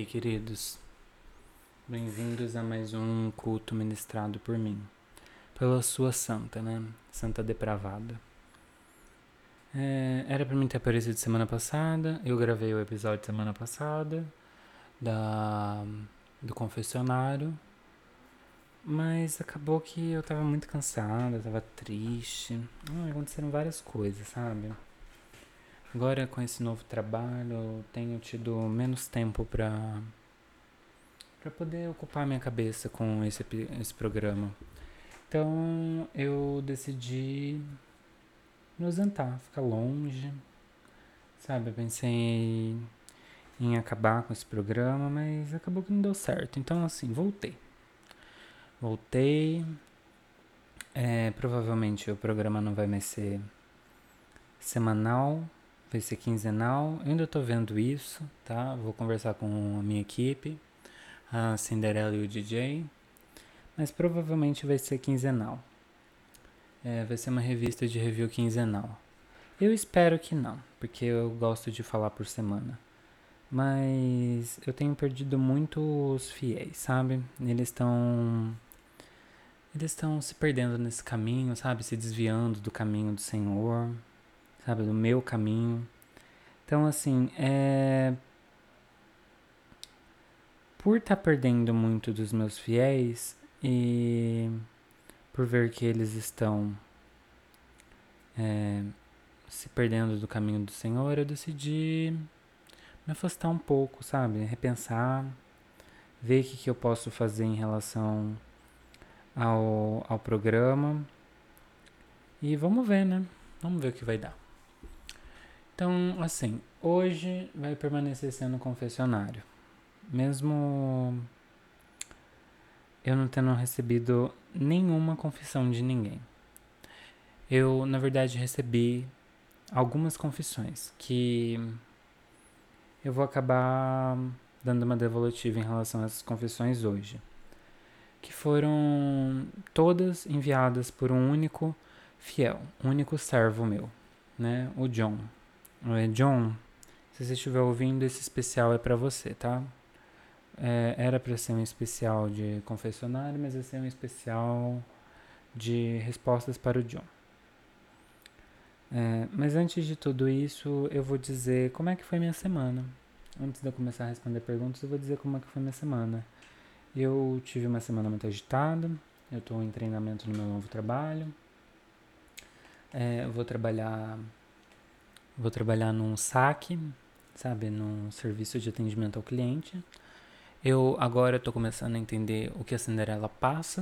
queridos. Bem-vindos a mais um culto ministrado por mim. Pela sua santa, né? Santa depravada. Era pra mim ter aparecido semana passada. Eu gravei o episódio semana passada do confessionário. Mas acabou que eu tava muito cansada, tava triste. Aconteceram várias coisas, sabe? Agora com esse novo trabalho eu tenho tido menos tempo pra poder ocupar minha cabeça com esse programa. Então eu decidi me ausentar, ficar longe, sabe? Eu pensei em acabar com esse programa, mas acabou que não deu certo. Então assim, voltei. Provavelmente o programa não vai mais ser semanal, vai ser quinzenal. Eu ainda tô vendo isso, tá? Vou conversar com a minha equipe, a Cinderela e o DJ. Mas provavelmente vai ser quinzenal. Vai ser uma revista de review quinzenal. Eu espero que não, porque eu gosto de falar por semana. Mas eu tenho perdido muito os fiéis, sabe? Eles estão se perdendo nesse caminho, sabe? Se desviando do caminho do Senhor, sabe? Do meu caminho. Então, assim, por estar perdendo muito dos meus fiéis e por ver que eles estão se perdendo do caminho do Senhor, eu decidi me afastar um pouco, sabe? Repensar, ver o que eu posso fazer em relação ao programa. E vamos ver, né? Vamos ver o que vai dar. Então, assim, hoje vai permanecer sendo confessionário. Mesmo eu não tendo recebido nenhuma confissão de ninguém. Eu, na verdade, recebi algumas confissões que eu vou acabar dando uma devolutiva em relação a essas confissões hoje, que foram todas enviadas por um único fiel, um único servo meu, né? O John. John, se você estiver ouvindo, esse especial é pra você, tá? Era pra ser um especial de confessionário, mas vai ser um especial de respostas para o John. Mas antes de tudo isso, eu vou dizer como é que foi minha semana. Antes de eu começar a responder perguntas, eu vou dizer como é que foi minha semana. Eu tive uma semana muito agitada, eu estou em treinamento no meu novo trabalho. Eu vou trabalhar num saque, sabe, num serviço de atendimento ao cliente. Eu agora estou começando a entender o que a Cinderela passa.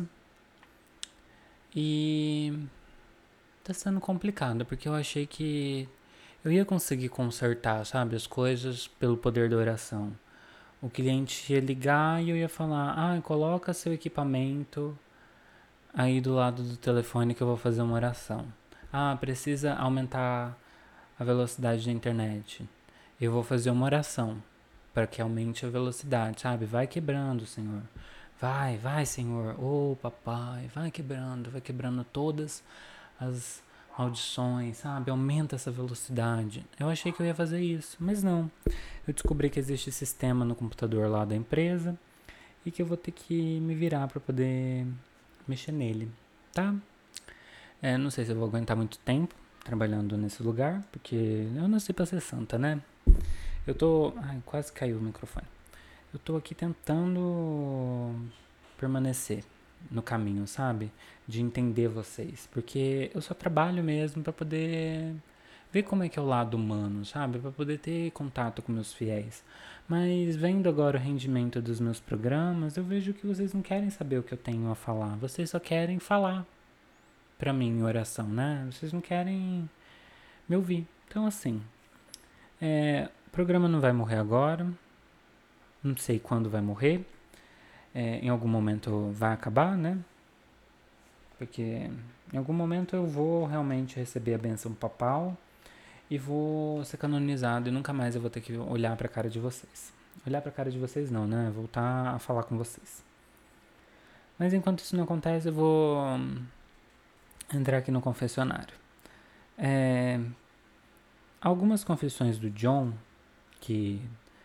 E tá sendo complicado, porque eu achei que eu ia conseguir consertar, sabe, as coisas pelo poder da oração. O cliente ia ligar e eu ia falar, coloca seu equipamento aí do lado do telefone que eu vou fazer uma oração. Precisa aumentar a velocidade da internet. Eu vou fazer uma oração para que aumente a velocidade, sabe? Vai quebrando, Senhor. Vai, Senhor. Papai, vai quebrando todas as audições, sabe? Aumenta essa velocidade. Eu achei que eu ia fazer isso, mas não. Eu descobri que existe sistema no computador lá da empresa e que eu vou ter que me virar para poder mexer nele, tá? Não sei se eu vou aguentar muito tempo trabalhando nesse lugar, porque eu nasci pra ser santa, né? Eu tô... quase caiu o microfone. Eu tô aqui tentando permanecer no caminho, sabe? De entender vocês, porque eu só trabalho mesmo pra poder ver como é que é o lado humano, sabe? Pra poder ter contato com meus fiéis. Mas vendo agora o rendimento dos meus programas, eu vejo que vocês não querem saber o que eu tenho a falar. Vocês só querem falar pra mim em oração, né? Vocês não querem me ouvir. Então, assim, o programa não vai morrer agora. Não sei quando vai morrer. Em algum momento vai acabar, né? Porque em algum momento eu vou realmente receber a bênção papal e vou ser canonizado e nunca mais eu vou ter que olhar pra cara de vocês. Olhar pra cara de vocês não, né? Voltar a falar com vocês. Mas enquanto isso não acontece, eu vou entrar aqui no confessionário. Algumas confissões do John, que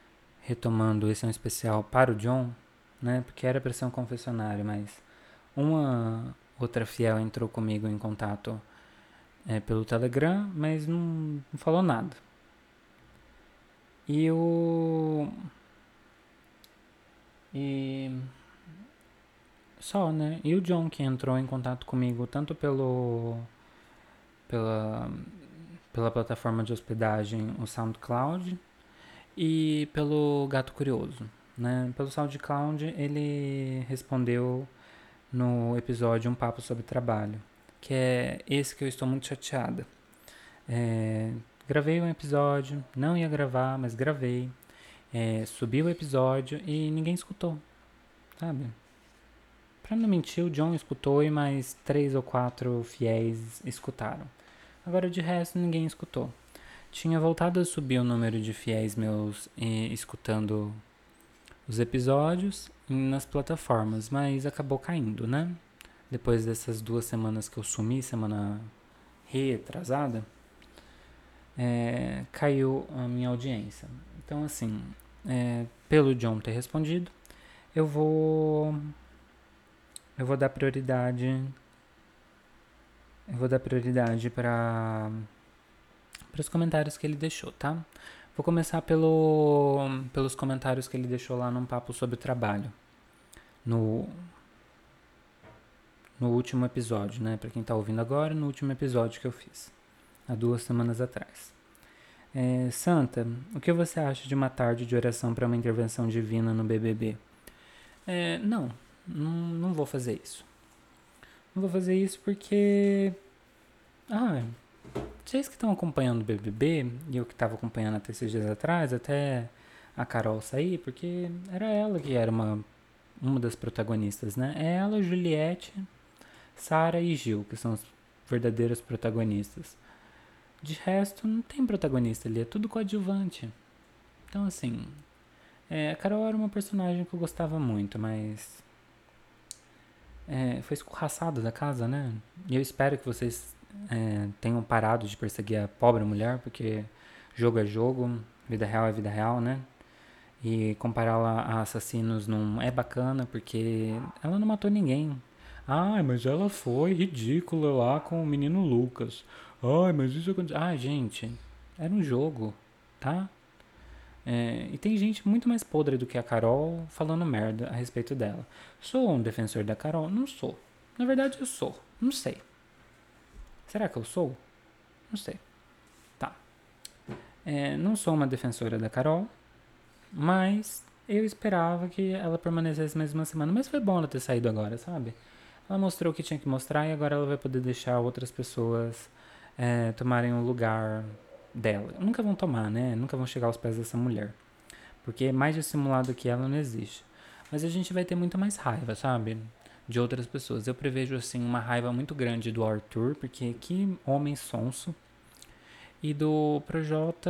retomando, esse é um especial para o John, né? Porque era para ser um confessionário, mas uma outra fiel entrou comigo em contato pelo Telegram, mas não falou nada. E o. E. Só, né? E o John que entrou em contato comigo tanto pela, pela plataforma de hospedagem, o SoundCloud, e pelo Gato Curioso, né? Pelo SoundCloud ele respondeu no episódio Um Papo sobre Trabalho, que é esse que eu estou muito chateada. Gravei um episódio, não ia gravar, mas gravei. Subi o episódio e ninguém escutou, sabe? Pra não mentir, o John escutou e mais 3 ou 4 fiéis escutaram. Agora de resto ninguém escutou. Tinha voltado a subir o número de fiéis meus escutando os episódios nas plataformas, mas acabou caindo, né? Depois dessas 2 semanas que eu sumi, semana retrasada, caiu a minha audiência. Então, assim, pelo John ter respondido, eu vou dar prioridade. Eu vou dar prioridade para os comentários que ele deixou, tá? Vou começar pelos comentários que ele deixou lá num papo sobre trabalho. No último episódio, né? Pra quem tá ouvindo agora, no último episódio que eu fiz. Há 2 semanas atrás. Santa, o que você acha de uma tarde de oração para uma intervenção divina no BBB? Não vou fazer isso. Não vou fazer isso porque... vocês que estão acompanhando o BBB, e eu que estava acompanhando até esses dias atrás, até a Carol sair, porque era ela que era uma das protagonistas, né? É ela, Juliette, Sara e Gil, que são os verdadeiros protagonistas. De resto, não tem protagonista ali, é tudo coadjuvante. Então, assim, a Carol era uma personagem que eu gostava muito, mas foi escorraçado da casa, né? E eu espero que vocês tenham parado de perseguir a pobre mulher, porque jogo é jogo, vida real é vida real, né? E compará-la a assassinos não é bacana, porque ela não matou ninguém. Ai, mas ela foi ridícula lá com o menino Lucas. Ai, mas isso aconteceu. Ai, gente, era um jogo, tá? E tem gente muito mais podre do que a Carol falando merda a respeito dela. Sou um defensor da Carol? Não sou. Na verdade, eu sou. Não sei. Será que eu sou? Não sei. Tá. Não sou uma defensora da Carol, mas eu esperava que ela permanecesse mais uma semana. Mas foi bom ela ter saído agora, sabe? Ela mostrou o que tinha que mostrar e agora ela vai poder deixar outras pessoas tomarem o lugar dela. Nunca vão tomar, né? Nunca vão chegar aos pés dessa mulher. Porque mais dissimulado que ela não existe. Mas a gente vai ter muito mais raiva, sabe? De outras pessoas. Eu prevejo, assim, uma raiva muito grande do Arthur, porque que homem sonso. E do Projota,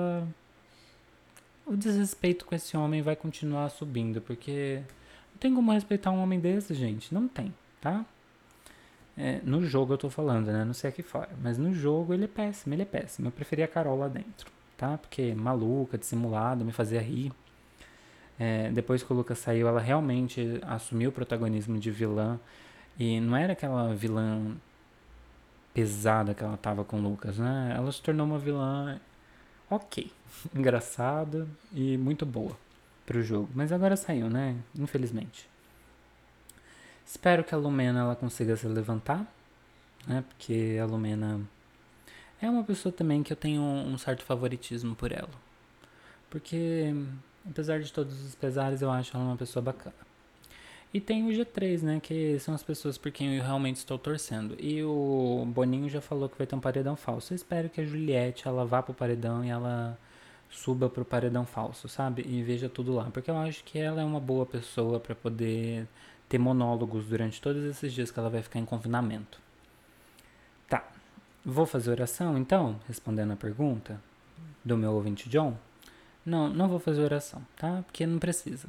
o desrespeito com esse homem vai continuar subindo, porque não tem como respeitar um homem desse, gente. Não tem, tá? No jogo eu tô falando, né? Não sei aqui fora. Mas no jogo ele é péssimo, ele é péssimo. Eu preferia a Carol lá dentro, tá? Porque maluca, dissimulada, me fazia rir. Depois que o Lucas saiu, ela realmente assumiu o protagonismo de vilã. E não era aquela vilã pesada que ela tava com o Lucas, né? Ela se tornou uma vilã ok, engraçada e muito boa pro jogo. Mas agora saiu, né? Infelizmente. Espero que a Lumena ela consiga se levantar, né? Porque a Lumena é uma pessoa também que eu tenho um certo favoritismo por ela. Porque, apesar de todos os pesares, eu acho ela uma pessoa bacana. E tem o G3, né? Que são as pessoas por quem eu realmente estou torcendo. E o Boninho já falou que vai ter um paredão falso. Eu espero que a Juliette ela vá pro paredão e ela suba pro paredão falso, sabe? E veja tudo lá. Porque eu acho que ela é uma boa pessoa para poder ter monólogos durante todos esses dias que ela vai ficar em confinamento. Tá. Vou fazer oração então, respondendo a pergunta do meu ouvinte John. Não vou fazer oração, tá? Porque não precisa.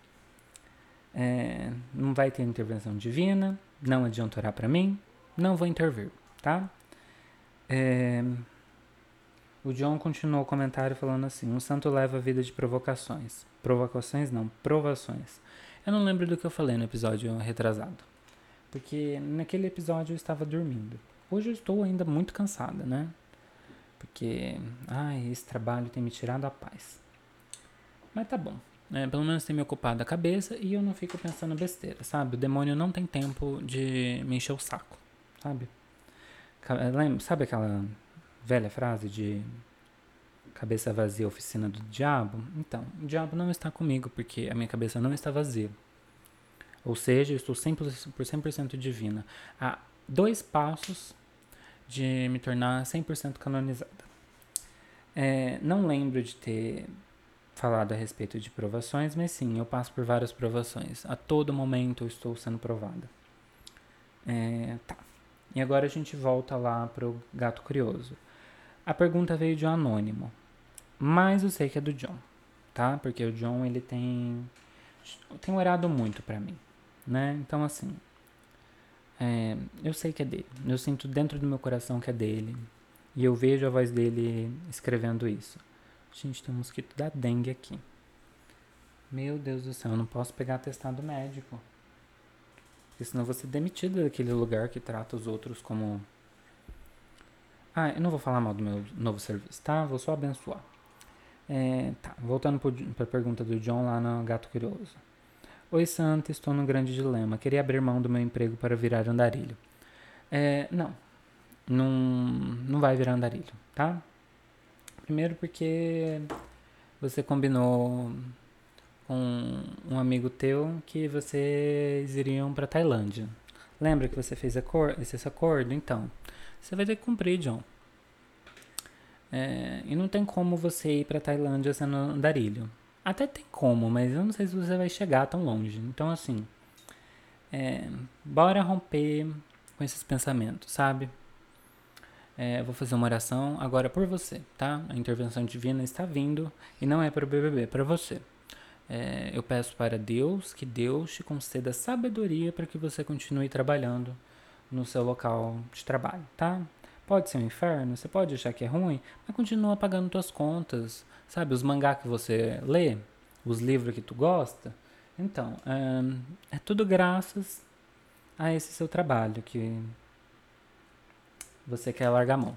Não vai ter intervenção divina, não adianta orar pra mim, não vou intervir, tá? O John continuou o comentário falando assim: um santo leva a vida de provocações. Provocações não, provações. Eu não lembro do que eu falei no episódio retrasado. Porque naquele episódio eu estava dormindo. Hoje eu estou ainda muito cansada, né? Porque, esse trabalho tem me tirado a paz. Mas tá bom. Pelo menos tem me ocupado a cabeça e eu não fico pensando besteira, sabe? O demônio não tem tempo de me encher o saco, sabe? Sabe aquela velha frase de cabeça vazia, oficina do diabo? Então, o diabo não está comigo porque a minha cabeça não está vazia. Ou seja, eu estou 100% divina. Há 2 passos de me tornar 100% canonizada. Não lembro de ter falado a respeito de provações, mas sim, eu passo por várias provações. A todo momento eu estou sendo provada. Tá. E agora a gente volta lá pro gato curioso. A pergunta veio de um anônimo, mas eu sei que é do John, tá? Porque o John, ele tem orado muito pra mim, né? Então, assim, eu sei que é dele. Eu sinto dentro do meu coração que é dele. E eu vejo a voz dele escrevendo isso. Gente, tem um mosquito da dengue aqui. Meu Deus do céu, eu não posso pegar atestado médico. Porque senão eu vou ser demitida daquele lugar que trata os outros como... eu não vou falar mal do meu novo serviço, tá? Vou só abençoar. Tá, voltando pra pergunta do John lá no Gato Curioso. Oi, Santa, estou num grande dilema. Queria abrir mão do meu emprego para virar andarilho. Não vai virar andarilho, tá? Primeiro porque você combinou com um amigo teu que vocês iriam pra Tailândia. Lembra que você fez esse acordo? Então, você vai ter que cumprir, John. E não tem como você ir pra Tailândia sendo andarilho. Até tem como, mas eu não sei se você vai chegar tão longe. Então, assim, bora romper com esses pensamentos, sabe? Vou fazer uma oração agora por você, tá? A intervenção divina está vindo e não é para o BBB, é para você. Eu peço para Deus que Deus te conceda sabedoria para que você continue trabalhando no seu local de trabalho, tá? Pode ser um inferno, você pode achar que é ruim, mas continua pagando suas contas, sabe? Os mangá que você lê, os livros que tu gosta. Então, é tudo graças a esse seu trabalho que você quer largar a mão.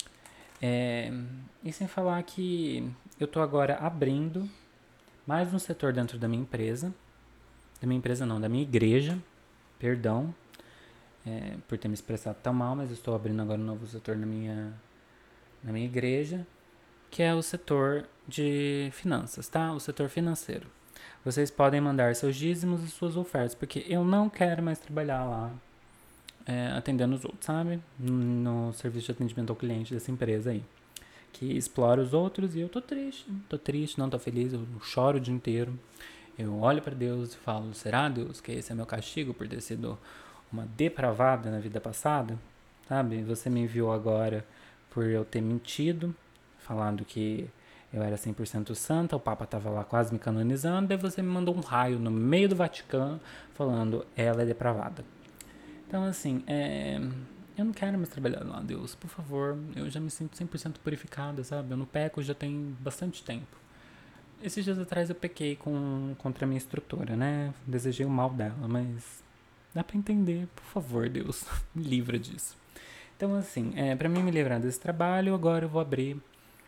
E sem falar que eu tô agora abrindo mais um setor dentro da minha empresa. Da minha empresa não, da minha igreja. Perdão por ter me expressado tão mal, mas eu estou abrindo agora um novo setor na minha igreja, que é o setor de finanças, tá? O setor financeiro. Vocês podem mandar seus dízimos e suas ofertas, porque eu não quero mais trabalhar lá atendendo os outros, sabe? No serviço de atendimento ao cliente dessa empresa aí. Que explora os outros e eu tô triste, não tô feliz, eu choro o dia inteiro. Eu olho para Deus e falo, será, Deus, que esse é meu castigo por ter sido uma depravada na vida passada? Sabe? Você me enviou agora por eu ter mentido, falando que eu era 100% santa, o Papa tava lá quase me canonizando, daí você me mandou um raio no meio do Vaticano falando, ela é depravada. Então, assim, eu não quero mais trabalhar lá, Deus, por favor. Eu já me sinto 100% purificada, sabe? Eu não peco já tem bastante tempo. Esses dias atrás eu pequei contra a minha instrutora, né? Desejei o mal dela, mas dá pra entender, por favor, Deus, me livra disso. Então, assim, pra mim me livrar desse trabalho, agora eu vou abrir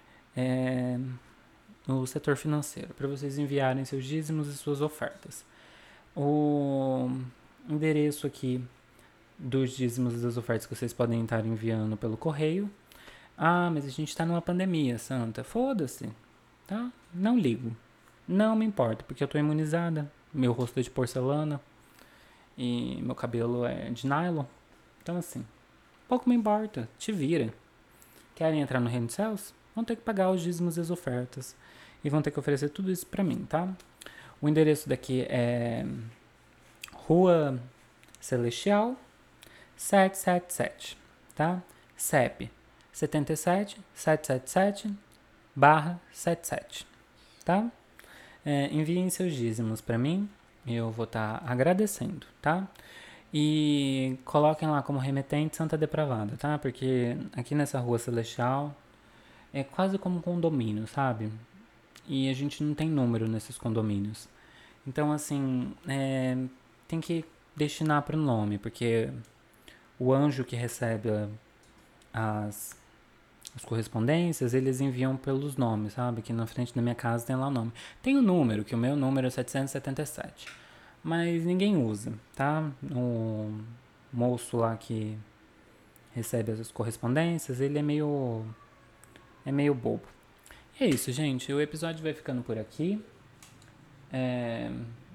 o setor financeiro, para vocês enviarem seus dízimos e suas ofertas. O endereço aqui dos dízimos e das ofertas que vocês podem estar enviando pelo correio. Mas a gente tá numa pandemia, Santa. Foda-se, tá? Não ligo. Não me importa, porque eu tô imunizada. Meu rosto é de porcelana e meu cabelo é de nylon. Então, assim, pouco me importa. Te vira. Querem entrar no reino dos céus? Vão ter que pagar os dízimos e as ofertas. E vão ter que oferecer tudo isso pra mim, tá? O endereço daqui é Rua Celestial 777, tá? CEP 77 777 /77, tá? Enviem seus dízimos para mim, eu vou estar agradecendo, tá? E coloquem lá como remetente Santa Depravada, tá? Porque aqui nessa Rua Celestial é quase como um condomínio, sabe? E a gente não tem número nesses condomínios. Então, assim, tem que destinar para o nome, porque o anjo que recebe as, as correspondências, eles enviam pelos nomes, sabe? Que na frente da minha casa tem lá o nome. Tem o número, que o meu número é 777. Mas ninguém usa, tá? O moço lá que recebe as correspondências, ele é meio bobo. E é isso, gente. O episódio vai ficando por aqui. É,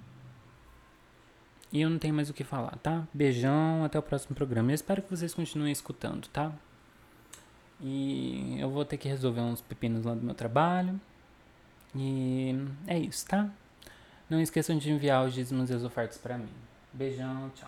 E eu não tenho mais o que falar, tá? Beijão, até o próximo programa. Eu espero que vocês continuem escutando, tá? E eu vou ter que resolver uns pepinos lá do meu trabalho. E é isso, tá? Não esqueçam de enviar os dízimos e as ofertas pra mim. Beijão, tchau.